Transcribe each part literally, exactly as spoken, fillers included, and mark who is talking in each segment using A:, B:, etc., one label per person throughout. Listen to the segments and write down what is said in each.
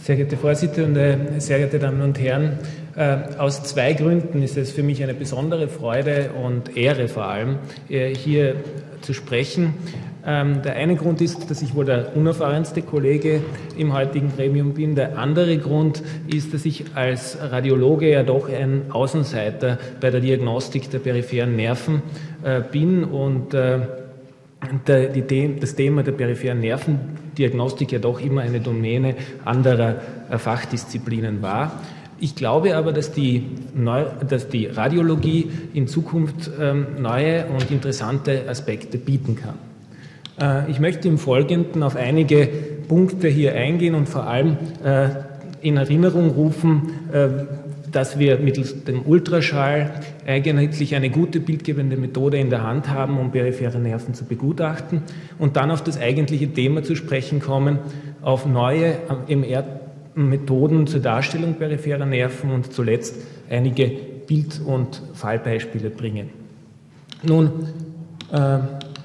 A: Sehr geehrte Vorsitzende, sehr geehrte Damen und Herren, aus zwei Gründen ist es für mich eine besondere Freude und Ehre vor allem, hier zu sprechen. Der eine Grund ist, dass ich wohl der unerfahrenste Kollege im heutigen Gremium bin. Der andere Grund ist, dass ich als Radiologe ja doch ein Außenseiter bei der Diagnostik der peripheren Nerven bin und Der, die, das Thema der peripheren Nervendiagnostik ja doch immer eine Domäne anderer äh, Fachdisziplinen war. Ich glaube aber, dass die, Neu dass die Radiologie in Zukunft ähm, neue und interessante Aspekte bieten kann. Äh, ich möchte im Folgenden auf einige Punkte hier eingehen und vor allem äh, in Erinnerung rufen, äh, dass wir mittels dem Ultraschall eigentlich eine gute bildgebende Methode in der Hand haben, um periphere Nerven zu begutachten und dann auf das eigentliche Thema zu sprechen kommen, auf neue M R-Methoden zur Darstellung peripherer Nerven und zuletzt einige Bild- und Fallbeispiele bringen. Nun, äh,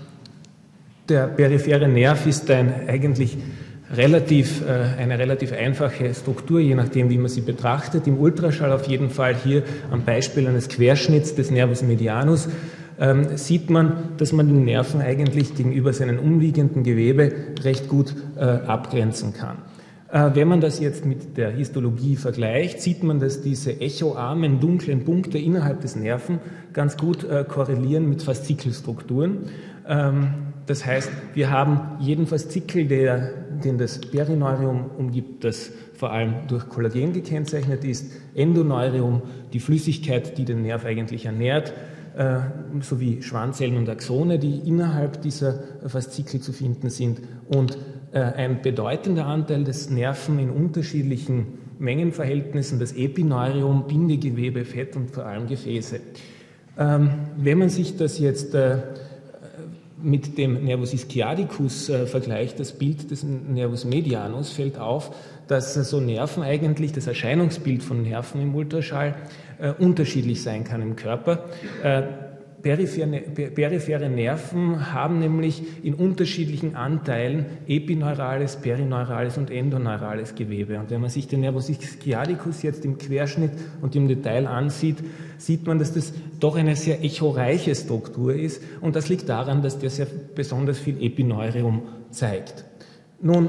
A: der periphere Nerv ist ein eigentlich Relativ, äh, eine relativ einfache Struktur, je nachdem, wie man sie betrachtet. Im Ultraschall auf jeden Fall hier am Beispiel eines Querschnitts des Nervus medianus ähm, sieht man, dass man den Nerven eigentlich gegenüber seinem umliegenden Gewebe recht gut äh, abgrenzen kann. Äh, wenn man das jetzt mit der Histologie vergleicht, sieht man, dass diese echoarmen, dunklen Punkte innerhalb des Nerven ganz gut äh, korrelieren mit Faszikelstrukturen. Ähm, Das heißt, wir haben jeden Faszikel, der, den das Perineurium umgibt, das vor allem durch Kollagen gekennzeichnet ist, Endoneurium, die Flüssigkeit, die den Nerv eigentlich ernährt, äh, sowie Schwanzellen und Axone, die innerhalb dieser Faszikel zu finden sind und äh, ein bedeutender Anteil des Nerven in unterschiedlichen Mengenverhältnissen, das Epineurium, Bindegewebe, Fett und vor allem Gefäße. Ähm, wenn man sich das jetzt äh, mit dem Nervus ischiadicus äh, vergleicht, das Bild des Nervus medianus, fällt auf, dass äh, so Nerven eigentlich, das Erscheinungsbild von Nerven im Ultraschall äh, unterschiedlich sein kann im Körper. Äh, periphere, periphere Nerven haben nämlich in unterschiedlichen Anteilen epineurales, perineurales und endoneurales Gewebe. Und wenn man sich den Nervus ischiadicus jetzt im Querschnitt und im Detail ansieht, sieht man, dass das doch eine sehr echoreiche Struktur ist. Und das liegt daran, dass der sehr besonders viel Epineurium zeigt. Nun,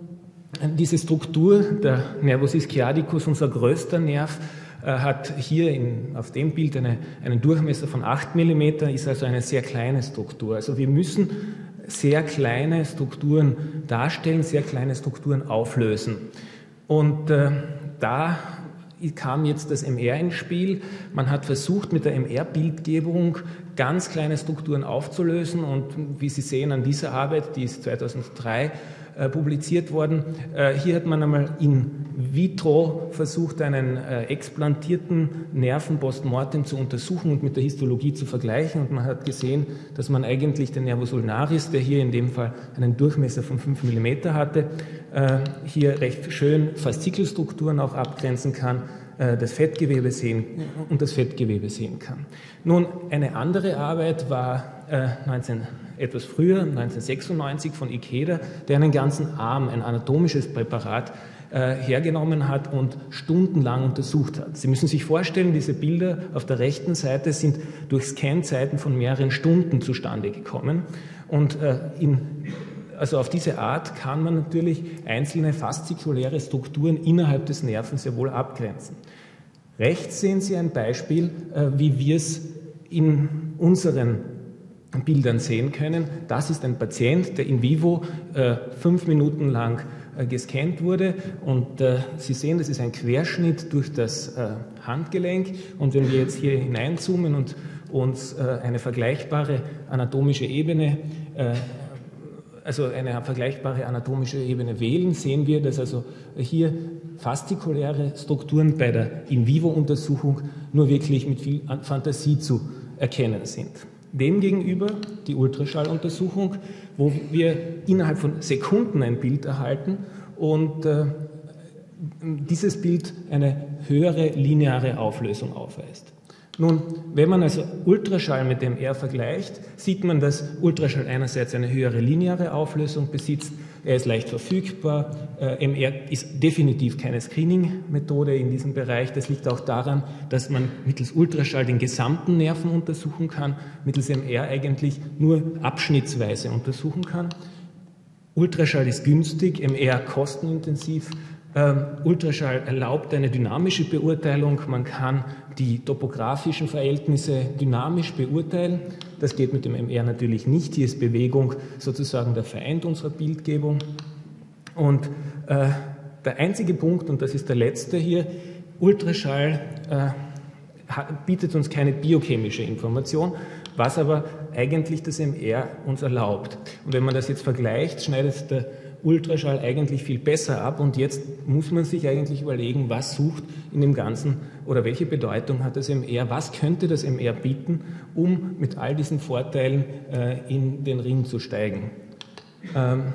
A: diese Struktur, der Nervus ischiadicus, unser größter Nerv, hat hier in, auf dem Bild eine, einen Durchmesser von acht Millimeter, ist also eine sehr kleine Struktur. Also wir müssen sehr kleine Strukturen darstellen, sehr kleine Strukturen auflösen. Und äh, da kam jetzt das M R ins Spiel. Man hat versucht, mit der M R-Bildgebung ganz kleine Strukturen aufzulösen und wie Sie sehen an dieser Arbeit, die ist zweitausenddrei äh, publiziert worden, äh, hier hat man einmal in vitro versucht, einen äh, explantierten Nerven postmortem zu untersuchen und mit der Histologie zu vergleichen und man hat gesehen, dass man eigentlich den Nervus ulnaris, der hier in dem Fall einen Durchmesser von fünf Millimeter hatte, äh, hier recht schön Faszikelstrukturen auch abgrenzen kann, das Fettgewebe sehen und das Fettgewebe sehen kann. Nun, eine andere Arbeit war äh, neunzehn, etwas früher, neunzehnhundertsechsundneunzig von Ikeda, der einen ganzen Arm, ein anatomisches Präparat, äh, hergenommen hat und stundenlang untersucht hat. Sie müssen sich vorstellen, diese Bilder auf der rechten Seite sind durch Scanzeiten von mehreren Stunden zustande gekommen und äh, in Also auf diese Art kann man natürlich einzelne faszikuläre Strukturen innerhalb des Nerven sehr wohl abgrenzen. Rechts sehen Sie ein Beispiel, wie wir es in unseren Bildern sehen können. Das ist ein Patient, der in vivo fünf Minuten lang gescannt wurde und Sie sehen, das ist ein Querschnitt durch das Handgelenk und wenn wir jetzt hier hineinzoomen und uns eine vergleichbare anatomische Ebene also eine vergleichbare anatomische Ebene wählen, sehen wir, dass also hier faszikuläre Strukturen bei der In-vivo-Untersuchung nur wirklich mit viel Fantasie zu erkennen sind. Demgegenüber die Ultraschalluntersuchung, wo wir innerhalb von Sekunden ein Bild erhalten und äh, dieses Bild eine höhere lineare Auflösung aufweist. Nun, wenn man also Ultraschall mit M R vergleicht, sieht man, dass Ultraschall einerseits eine höhere lineare Auflösung besitzt, er ist leicht verfügbar, äh, M R ist definitiv keine Screening-Methode in diesem Bereich. Das liegt auch daran, dass man mittels Ultraschall den gesamten Nerven untersuchen kann, mittels M R eigentlich nur abschnittsweise untersuchen kann. Ultraschall ist günstig, M R kostenintensiv. Ähm, Ultraschall erlaubt eine dynamische Beurteilung. Man kann die topografischen Verhältnisse dynamisch beurteilen. Das geht mit dem M R natürlich nicht. Hier ist Bewegung sozusagen der Feind unserer Bildgebung. Und äh, der einzige Punkt, und das ist der letzte hier, Ultraschall äh, bietet uns keine biochemische Information, was aber eigentlich das M R uns erlaubt. Und wenn man das jetzt vergleicht, schneidet der Ultraschall eigentlich viel besser ab, und jetzt muss man sich eigentlich überlegen, was sucht in dem Ganzen oder welche Bedeutung hat das M R, was könnte das M R bieten, um mit all diesen Vorteilen äh, in den Ring zu steigen. Ähm,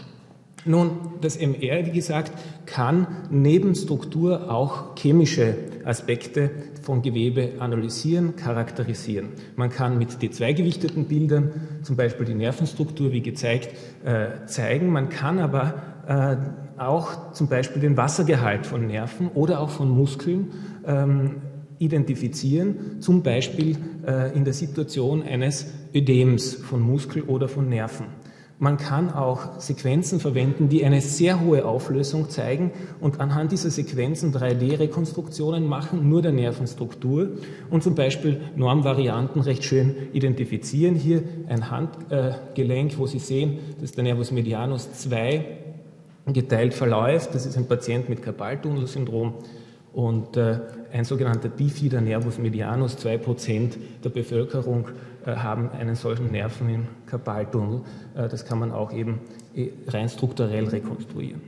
A: nun, das M R, wie gesagt, kann neben Struktur auch chemische Aspekte von Gewebe analysieren, charakterisieren. Man kann mit D zwei gewichteten Bildern zum Beispiel die Nervenstruktur, wie gezeigt, äh, zeigen. Man kann aber äh, auch zum Beispiel den Wassergehalt von Nerven oder auch von Muskeln ähm, identifizieren, zum Beispiel äh, in der Situation eines Ödems von Muskel oder von Nerven. Man kann auch Sequenzen verwenden, die eine sehr hohe Auflösung zeigen und anhand dieser Sequenzen drei D Rekonstruktionen machen, nur der Nervenstruktur, und zum Beispiel Normvarianten recht schön identifizieren. Hier ein Handgelenk, wo Sie sehen, dass der Nervus medianus zwei geteilt verläuft. Das ist ein Patient mit Karpaltunnelsyndrom. Und äh, ein sogenannter Bifider Nervus medianus, zwei Prozent der Bevölkerung äh, haben einen solchen Nerven im Karpaltunnel. Äh, das kann man auch eben rein strukturell rekonstruieren.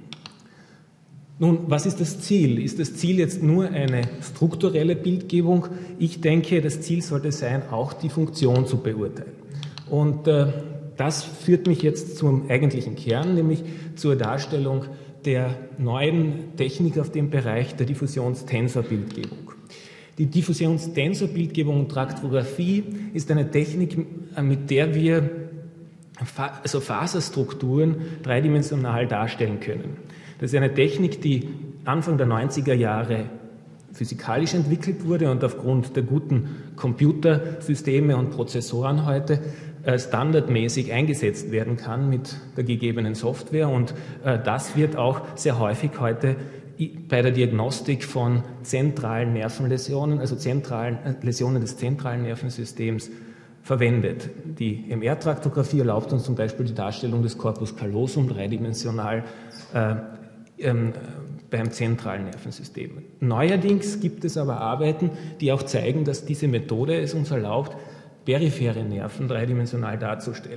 A: Nun, was ist das Ziel? Ist das Ziel jetzt nur eine strukturelle Bildgebung? Ich denke, das Ziel sollte sein, auch die Funktion zu beurteilen. Und äh, das führt mich jetzt zum eigentlichen Kern, nämlich zur Darstellung der neuen Technik auf dem Bereich der Diffusions-Tensor-Bildgebung. Die Diffusions-Tensor-Bildgebung und Traktographie ist eine Technik, mit der wir also Faserstrukturen dreidimensional darstellen können. Das ist eine Technik, die Anfang der neunziger Jahre physikalisch entwickelt wurde und aufgrund der guten Computersysteme und Prozessoren heute standardmäßig eingesetzt werden kann mit der gegebenen Software, und äh, das wird auch sehr häufig heute bei der Diagnostik von zentralen Nervenläsionen, also zentralen äh, Läsionen des zentralen Nervensystems verwendet. Die M R-Traktographie erlaubt uns zum Beispiel die Darstellung des Corpus callosum dreidimensional äh, ähm, beim zentralen Nervensystem. Neuerdings gibt es aber Arbeiten, die auch zeigen, dass diese Methode es uns erlaubt, periphere Nerven dreidimensional darzustellen.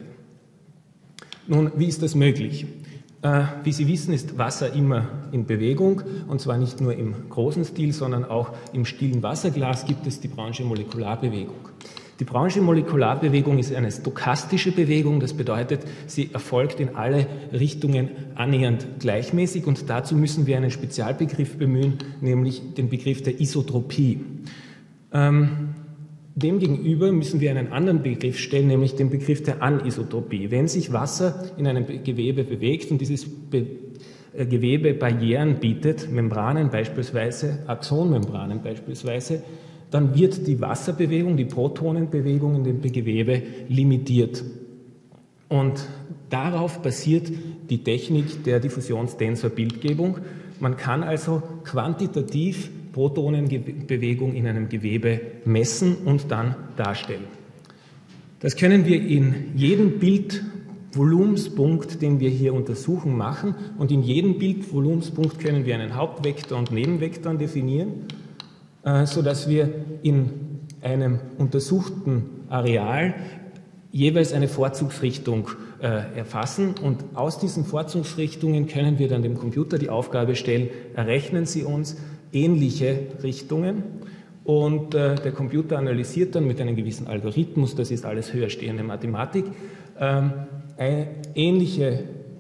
A: Nun, wie ist das möglich? Äh, wie Sie wissen, ist Wasser immer in Bewegung, und zwar nicht nur im großen Stil, sondern auch im stillen Wasserglas gibt es die Brownsche Molekularbewegung. Die Brownsche Molekularbewegung ist eine stochastische Bewegung, das bedeutet, sie erfolgt in alle Richtungen annähernd gleichmäßig, und dazu müssen wir einen Spezialbegriff bemühen, nämlich den Begriff der Isotropie. Ähm, Demgegenüber müssen wir einen anderen Begriff stellen, nämlich den Begriff der Anisotropie. Wenn sich Wasser in einem Gewebe bewegt und dieses Be äh, Gewebe Barrieren bietet, Membranen beispielsweise, Axonmembranen beispielsweise, dann wird die Wasserbewegung, die Protonenbewegung in dem Gewebe limitiert. Und darauf basiert die Technik der Diffusions-Tensor-Bildgebung. Man kann also quantitativ Protonenbewegung in einem Gewebe messen und dann darstellen. Das können wir in jedem Bildvolumenspunkt, den wir hier untersuchen, machen, und in jedem Bildvolumenspunkt können wir einen Hauptvektor und Nebenvektoren definieren, sodass wir in einem untersuchten Areal jeweils eine Vorzugsrichtung äh, erfassen, und aus diesen Vorzugsrichtungen können wir dann dem Computer die Aufgabe stellen, errechnen Sie uns ähnliche Richtungen, und äh, der Computer analysiert dann mit einem gewissen Algorithmus, das ist alles höher stehende Mathematik, äh, ähnliche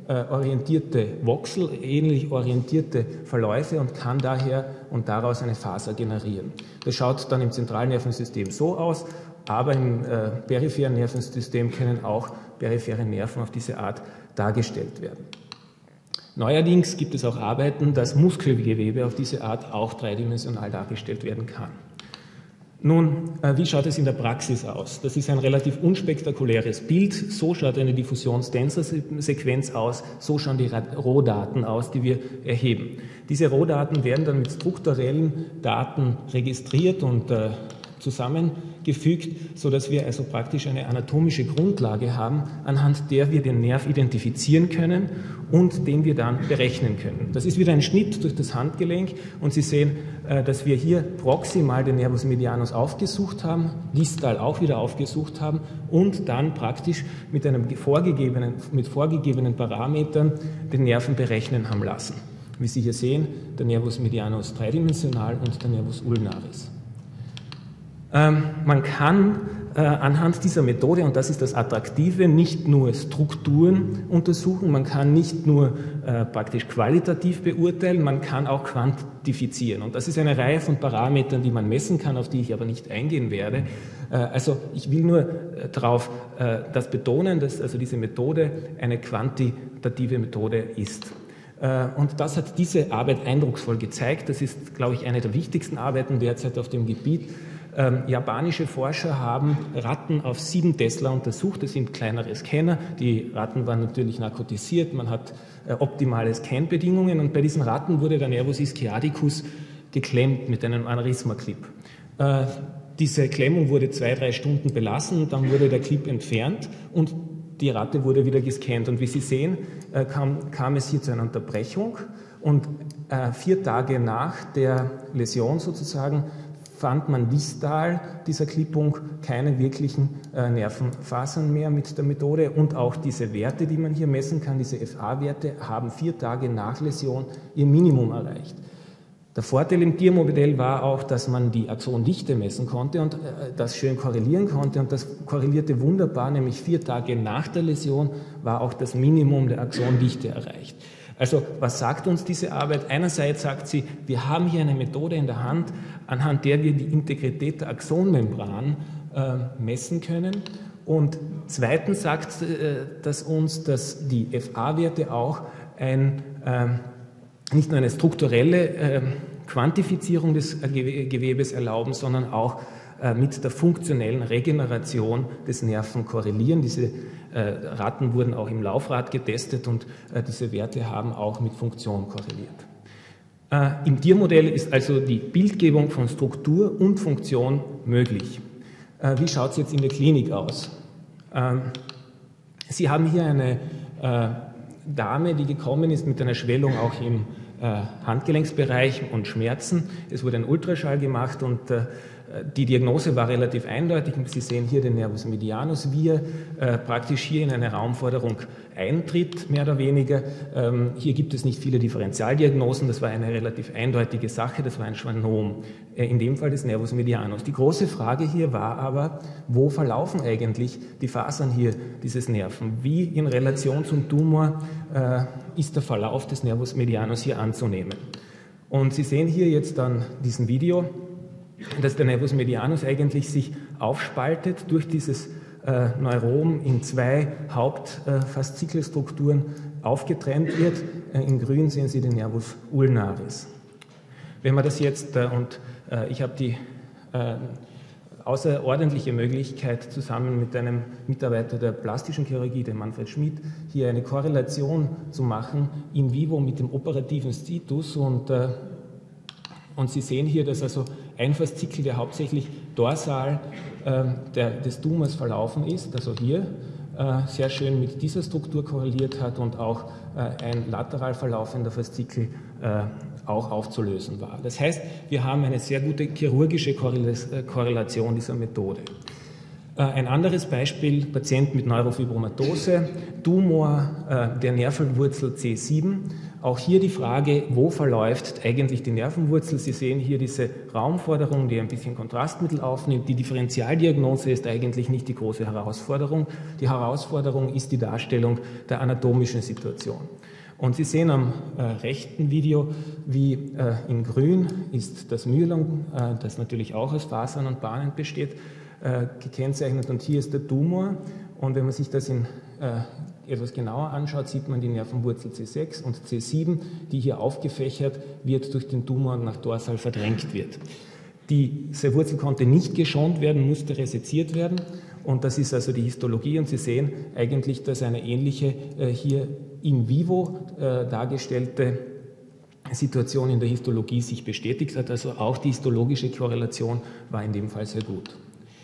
A: äh, orientierte Voxel, ähnlich orientierte Verläufe und kann daher und daraus eine Faser generieren. Das schaut dann im Zentralnervensystem so aus, aber im äh, peripheren Nervensystem können auch periphere Nerven auf diese Art dargestellt werden. Neuerdings gibt es auch Arbeiten, dass Muskelgewebe auf diese Art auch dreidimensional dargestellt werden kann. Nun, wie schaut es in der Praxis aus? Das ist ein relativ unspektakuläres Bild. So schaut eine Diffusions-Tensor-Sequenz aus, so schauen die Rohdaten aus, die wir erheben. Diese Rohdaten werden dann mit strukturellen Daten registriert und äh, zusammengefügt, sodass wir also praktisch eine anatomische Grundlage haben, anhand der wir den Nerv identifizieren können und den wir dann berechnen können. Das ist wieder ein Schnitt durch das Handgelenk und Sie sehen, dass wir hier proximal den Nervus medianus aufgesucht haben, distal auch wieder aufgesucht haben und dann praktisch mit, einem vorgegebenen, mit vorgegebenen Parametern den Nerven berechnen haben lassen. Wie Sie hier sehen, der Nervus medianus dreidimensional und der Nervus ulnaris. Ähm, man kann äh, anhand dieser Methode, und das ist das Attraktive, nicht nur Strukturen untersuchen, man kann nicht nur äh, praktisch qualitativ beurteilen, man kann auch quantifizieren. Und das ist eine Reihe von Parametern, die man messen kann, auf die ich aber nicht eingehen werde. Äh, also ich will nur äh, darauf äh, das betonen, dass also diese Methode eine quantitative Methode ist. Äh, und das hat diese Arbeit eindrucksvoll gezeigt. Das ist, glaube ich, eine der wichtigsten Arbeiten derzeit auf dem Gebiet. Ähm, japanische Forscher haben Ratten auf sieben Tesla untersucht. Das sind kleinere Scanner. Die Ratten waren natürlich narkotisiert. Man hat äh, optimale Scanbedingungen. Und bei diesen Ratten wurde der Nervus ischiadicus geklemmt mit einem Aneurysma-Clip. Äh, diese Klemmung wurde zwei, drei Stunden belassen. Dann wurde der Clip entfernt und die Ratte wurde wieder gescannt. Und wie Sie sehen, äh, kam, kam es hier zu einer Unterbrechung. Und äh, vier Tage nach der Läsion sozusagen fand man distal dieser Klippung keine wirklichen äh, Nervenfasern mehr mit der Methode und auch diese Werte, die man hier messen kann, diese F A-Werte, haben vier Tage nach Läsion ihr Minimum erreicht. Der Vorteil im Tiermodell war auch, dass man die Axondichte messen konnte und äh, das schön korrelieren konnte und das korrelierte wunderbar, nämlich vier Tage nach der Läsion war auch das Minimum der Axondichte erreicht. Also was sagt uns diese Arbeit? Einerseits sagt sie, wir haben hier eine Methode in der Hand, anhand der wir die Integrität der Axonmembran äh, messen können. Und zweitens sagt äh, das uns, dass die F A-Werte auch ein, äh, nicht nur eine strukturelle äh, Quantifizierung des Gewebes erlauben, sondern auch äh, mit der funktionellen Regeneration des Nerven korrelieren. Diese äh, Ratten wurden auch im Laufrad getestet und äh, diese Werte haben auch mit Funktion korreliert. Äh, Im Tiermodell ist also die Bildgebung von Struktur und Funktion möglich. Äh, wie schaut es jetzt in der Klinik aus? Ähm, Sie haben hier eine äh, Dame, die gekommen ist mit einer Schwellung auch im äh, Handgelenksbereich und Schmerzen. Es wurde ein Ultraschall gemacht und äh, die Diagnose war relativ eindeutig. Sie sehen hier den Nervus medianus, wie er äh, praktisch hier in eine Raumforderung eintritt, mehr oder weniger. Ähm, hier gibt es nicht viele Differentialdiagnosen. Das war eine relativ eindeutige Sache. Das war ein Schwannom, äh, in dem Fall des Nervus medianus. Die große Frage hier war aber, wo verlaufen eigentlich die Fasern hier dieses Nerven? Wie in Relation zum Tumor äh, ist der Verlauf des Nervus medianus hier anzunehmen? Und Sie sehen hier jetzt dann diesen Video, dass der Nervus medianus eigentlich sich aufspaltet durch dieses äh, Neurom in zwei Hauptfaszikelstrukturen äh, aufgetrennt wird. Äh, in grün sehen Sie den Nervus ulnaris. Wenn man das jetzt, äh, und äh, ich habe die äh, außerordentliche Möglichkeit, zusammen mit einem Mitarbeiter der plastischen Chirurgie, dem Manfred Schmidt, hier eine Korrelation zu machen, in vivo mit dem operativen Situs und äh, Und Sie sehen hier, dass also ein Faszikel, der hauptsächlich dorsal äh, der, des Tumors verlaufen ist, also hier äh, sehr schön mit dieser Struktur korreliert hat und auch äh, ein lateral verlaufender Faszikel äh, auch aufzulösen war. Das heißt, wir haben eine sehr gute chirurgische Korrelation dieser Methode. Ein anderes Beispiel, Patient mit Neurofibromatose, Tumor äh, der Nervenwurzel C sieben. Auch hier die Frage, wo verläuft eigentlich die Nervenwurzel? Sie sehen hier diese Raumforderung, die ein bisschen Kontrastmittel aufnimmt. Die Differentialdiagnose ist eigentlich nicht die große Herausforderung. Die Herausforderung ist die Darstellung der anatomischen Situation. Und Sie sehen am äh, rechten Video, wie äh, in grün ist das Myelom, äh, das natürlich auch aus Fasern und Bahnen besteht, äh, gekennzeichnet, und hier ist der Tumor. Und wenn man sich das in, äh, etwas genauer anschaut, sieht man die Nervenwurzel C sechs und C sieben, die hier aufgefächert wird durch den Tumor und nach dorsal verdrängt wird. Diese Wurzel konnte nicht geschont werden, musste reseziert werden. Und das ist also die Histologie. Und Sie sehen eigentlich, dass eine ähnliche äh, hier in vivo äh, dargestellte Situation in der Histologie sich bestätigt hat. Also auch die histologische Korrelation war in dem Fall sehr gut.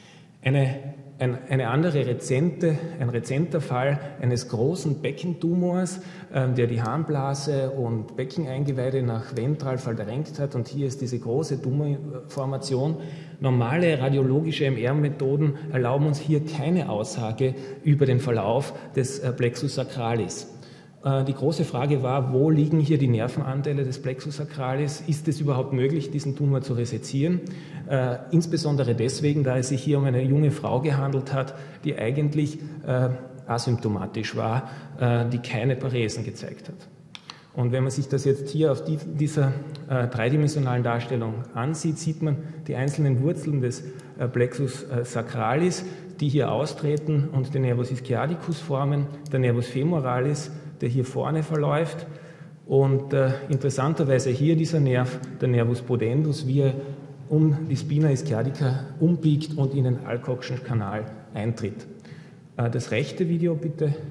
A: Eine, ein, eine andere rezente, ein rezenter Fall eines großen Beckentumors, äh, der die Harnblase und Beckeneingeweide nach ventral verdrängt hat. Und hier ist diese große Tumorformation. Normale radiologische M R-Methoden erlauben uns hier keine Aussage über den Verlauf des äh, Plexus sacralis. Die große Frage war, wo liegen hier die Nervenanteile des Plexus sacralis? Ist es überhaupt möglich, diesen Tumor zu resezieren? Äh, insbesondere deswegen, da es sich hier um eine junge Frau gehandelt hat, die eigentlich äh, asymptomatisch war, äh, die keine Paresen gezeigt hat. Und wenn man sich das jetzt hier auf die, dieser äh, dreidimensionalen Darstellung ansieht, sieht man die einzelnen Wurzeln des äh, Plexus äh, sacralis, die hier austreten und den Nervus ischiadicus formen, der Nervus femoralis, der hier vorne verläuft, und äh, interessanterweise hier dieser Nerv, der Nervus pudendus, wie er um die Spina ischiadica umbiegt und in den Alcockschen Kanal eintritt. Äh, das rechte Video bitte, äh,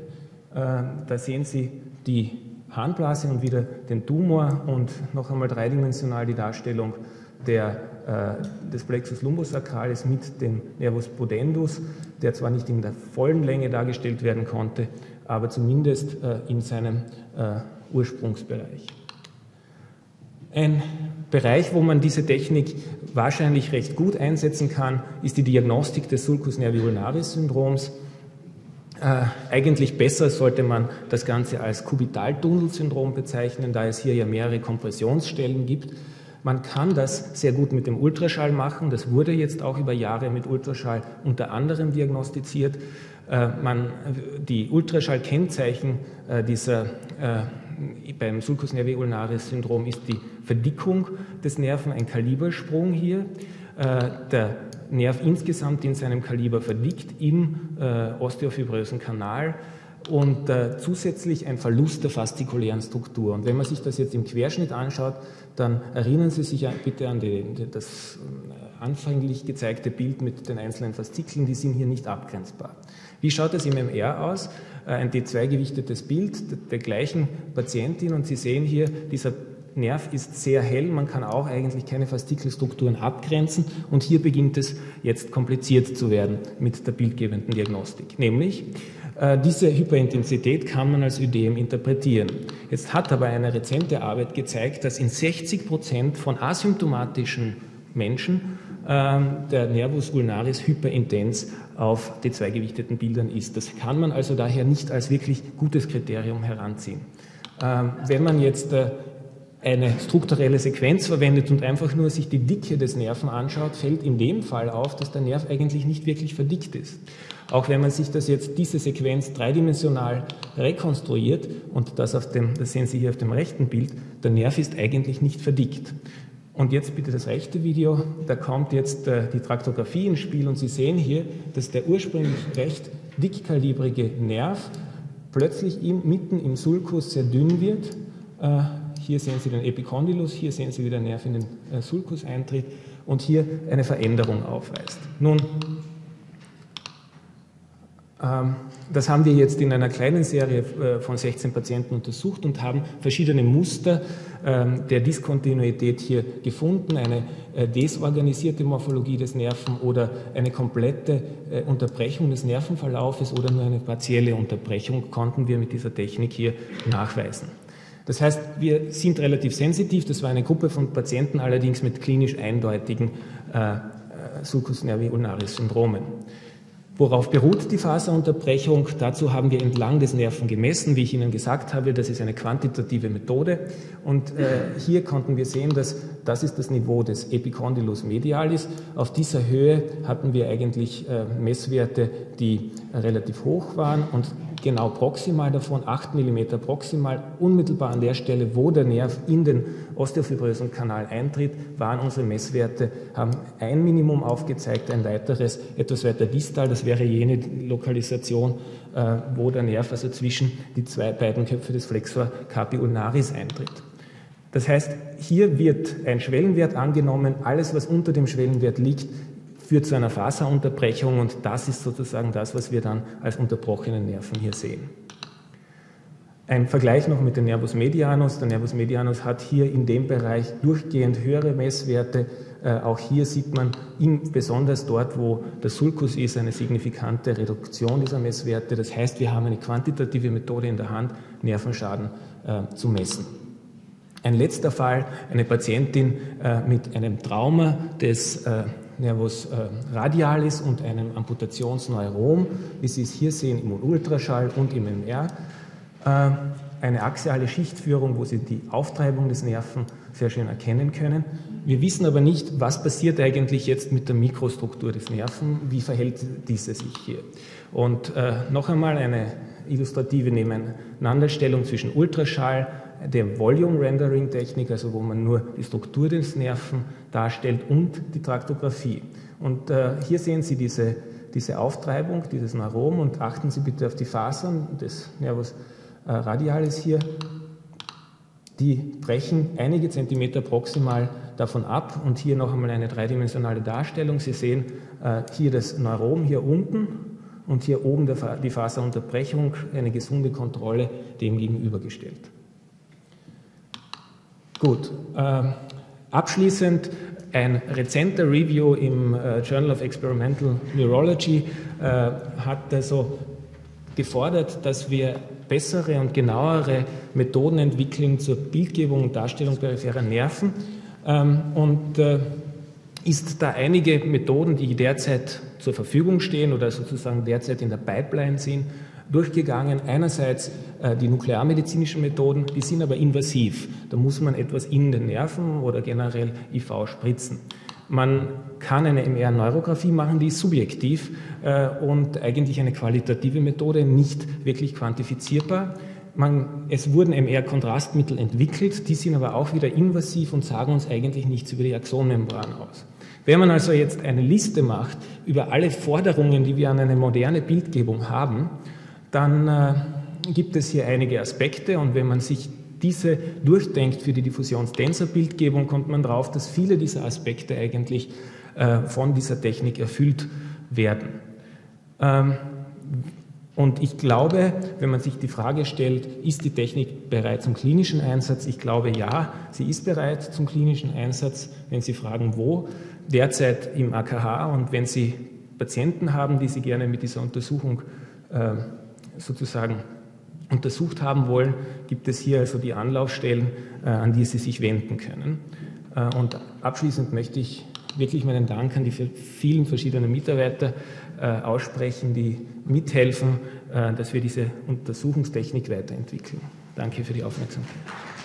A: da sehen Sie die Harnblase und wieder den Tumor und noch einmal dreidimensional die Darstellung der, äh, des Plexus lumbosacralis mit dem Nervus pudendus, der zwar nicht in der vollen Länge dargestellt werden konnte, aber zumindest äh, in seinem äh, Ursprungsbereich. Ein Bereich, wo man diese Technik wahrscheinlich recht gut einsetzen kann, ist die Diagnostik des Sulcus nervi ulnaris Syndroms. Äh, eigentlich besser sollte man das Ganze als Kubitaltunnelsyndrom bezeichnen, da es hier ja mehrere Kompressionsstellen gibt. Man kann das sehr gut mit dem Ultraschall machen. Das wurde jetzt auch über Jahre mit Ultraschall unter anderem diagnostiziert. Äh, man, die Ultraschallkennzeichen äh, dieser, äh, beim Sulcus nervi ulnaris Syndrom ist die Verdickung des Nerven, ein Kalibersprung hier. Äh, der Nerv insgesamt in seinem Kaliber verdickt im äh, osteofibrösen Kanal und äh, zusätzlich ein Verlust der fastikulären Struktur. Und wenn man sich das jetzt im Querschnitt anschaut, dann erinnern Sie sich bitte an die, das anfänglich gezeigte Bild mit den einzelnen Faszikeln, die sind hier nicht abgrenzbar. Wie schaut es im M R aus? Ein D zwei gewichtetes Bild der gleichen Patientin, und Sie sehen hier, dieser Nerv ist sehr hell, man kann auch eigentlich keine Faszikelstrukturen abgrenzen, und hier beginnt es jetzt kompliziert zu werden mit der bildgebenden Diagnostik. Nämlich, äh, diese Hyperintensität kann man als Ödem interpretieren. Jetzt hat aber eine rezente Arbeit gezeigt, dass in sechzig Prozent von asymptomatischen Menschen äh, der Nervus ulnaris hyperintens auf D zwei gewichteten Bildern ist. Das kann man also daher nicht als wirklich gutes Kriterium heranziehen. Ähm, wenn man jetzt äh, eine strukturelle Sequenz verwendet und einfach nur sich die Dicke des Nerven anschaut, fällt in dem Fall auf, dass der Nerv eigentlich nicht wirklich verdickt ist. Auch wenn man sich das jetzt, diese Sequenz dreidimensional rekonstruiert, und das, auf dem, das sehen Sie hier auf dem rechten Bild, der Nerv ist eigentlich nicht verdickt. Und jetzt bitte das rechte Video, da kommt jetzt äh, die Traktographie ins Spiel, und Sie sehen hier, dass der ursprünglich recht dickkalibrige Nerv plötzlich im, mitten im Sulcus sehr dünn wird. Äh, Hier sehen Sie den Epicondylus, hier sehen Sie, wie der Nerv in den äh, Sulcus eintritt und hier eine Veränderung aufweist. Nun, ähm, das haben wir jetzt in einer kleinen Serie äh, von sechzehn Patienten untersucht und haben verschiedene Muster ähm, der Diskontinuität hier gefunden, eine äh, desorganisierte Morphologie des Nerven oder eine komplette äh, Unterbrechung des Nervenverlaufes oder nur eine partielle Unterbrechung konnten wir mit dieser Technik hier nachweisen. Das heißt, wir sind relativ sensitiv. Das war eine Gruppe von Patienten, allerdings mit klinisch eindeutigen äh, Sulcus nervi ulnaris Syndromen. Worauf beruht die Faserunterbrechung? Dazu haben wir entlang des Nerven gemessen. Wie ich Ihnen gesagt habe, das ist eine quantitative Methode. Und äh, hier konnten wir sehen, dass das ist das Niveau des Epicondylus medialis. Auf dieser Höhe hatten wir eigentlich äh, Messwerte, die relativ hoch waren und genau proximal davon, acht Millimeter proximal, unmittelbar an der Stelle, wo der Nerv in den osteofibrösen Kanal eintritt, waren unsere Messwerte, haben ein Minimum aufgezeigt, ein weiteres etwas weiter distal, das wäre jene Lokalisation, äh, wo der Nerv also zwischen die zwei beiden Köpfe des Flexor carpi ulnaris eintritt. Das heißt, hier wird ein Schwellenwert angenommen, alles was unter dem Schwellenwert liegt, führt zu einer Faserunterbrechung und das ist sozusagen das, was wir dann als unterbrochenen Nerven hier sehen. Ein Vergleich noch mit dem Nervus medianus. Der Nervus medianus hat hier in dem Bereich durchgehend höhere Messwerte. Äh, auch hier sieht man, in, besonders dort, wo der Sulcus ist, eine signifikante Reduktion dieser Messwerte. Das heißt, wir haben eine quantitative Methode in der Hand, Nervenschaden äh, zu messen. Ein letzter Fall, eine Patientin äh, mit einem Trauma des äh, Nervus äh, radialis und einem Amputationsneurom, wie Sie es hier sehen im Ultraschall und im M R. Äh, eine axiale Schichtführung, wo Sie die Auftreibung des Nerven sehr schön erkennen können. Wir wissen aber nicht, was passiert eigentlich jetzt mit der Mikrostruktur des Nerven, wie verhält diese sich hier. Und äh, noch einmal eine illustrative Nebeneinanderstellung zwischen Ultraschall, der Volume-Rendering-Technik, also wo man nur die Struktur des Nerven darstellt, und die Traktographie. Und äh, hier sehen Sie diese, diese Auftreibung, dieses Neurom, und achten Sie bitte auf die Fasern des Nervus äh, radialis hier. Die brechen einige Zentimeter proximal davon ab und hier noch einmal eine dreidimensionale Darstellung. Sie sehen äh, hier das Neurom hier unten und hier oben der, die Faserunterbrechung, eine gesunde Kontrolle dem gegenübergestellt. Gut, äh, abschließend ein rezenter Review im äh, Journal of Experimental Neurology äh, hat also gefordert, dass wir bessere und genauere Methoden entwickeln zur Bildgebung und Darstellung peripherer Nerven ähm, und äh, ist da einige Methoden, die derzeit zur Verfügung stehen oder sozusagen derzeit in der Pipeline sind, durchgegangen. Einerseits äh, die nuklearmedizinischen Methoden, die sind aber invasiv. Da muss man etwas in den Nerven oder generell I V spritzen. Man kann eine M R-Neurographie machen, die ist subjektiv äh, und eigentlich eine qualitative Methode, nicht wirklich quantifizierbar. Man, es wurden M R-Kontrastmittel entwickelt, die sind aber auch wieder invasiv und sagen uns eigentlich nichts über die Axonmembran aus. Wenn man also jetzt eine Liste macht über alle Forderungen, die wir an eine moderne Bildgebung haben, dann äh, gibt es hier einige Aspekte und wenn man sich diese durchdenkt für die Diffusions-Tensor-Bildgebung, kommt man drauf, dass viele dieser Aspekte eigentlich äh, von dieser Technik erfüllt werden. Ähm, und ich glaube, wenn man sich die Frage stellt, ist die Technik bereit zum klinischen Einsatz? Ich glaube, ja, sie ist bereit zum klinischen Einsatz. Wenn Sie fragen, wo, derzeit im A K H, und wenn Sie Patienten haben, die Sie gerne mit dieser Untersuchung äh, sozusagen untersucht haben wollen, gibt es hier also die Anlaufstellen, äh, an die Sie sich wenden können. Äh, und abschließend möchte ich wirklich meinen Dank an die vielen verschiedenen Mitarbeiter äh, aussprechen, die mithelfen, äh, dass wir diese Untersuchungstechnik weiterentwickeln. Danke für die Aufmerksamkeit.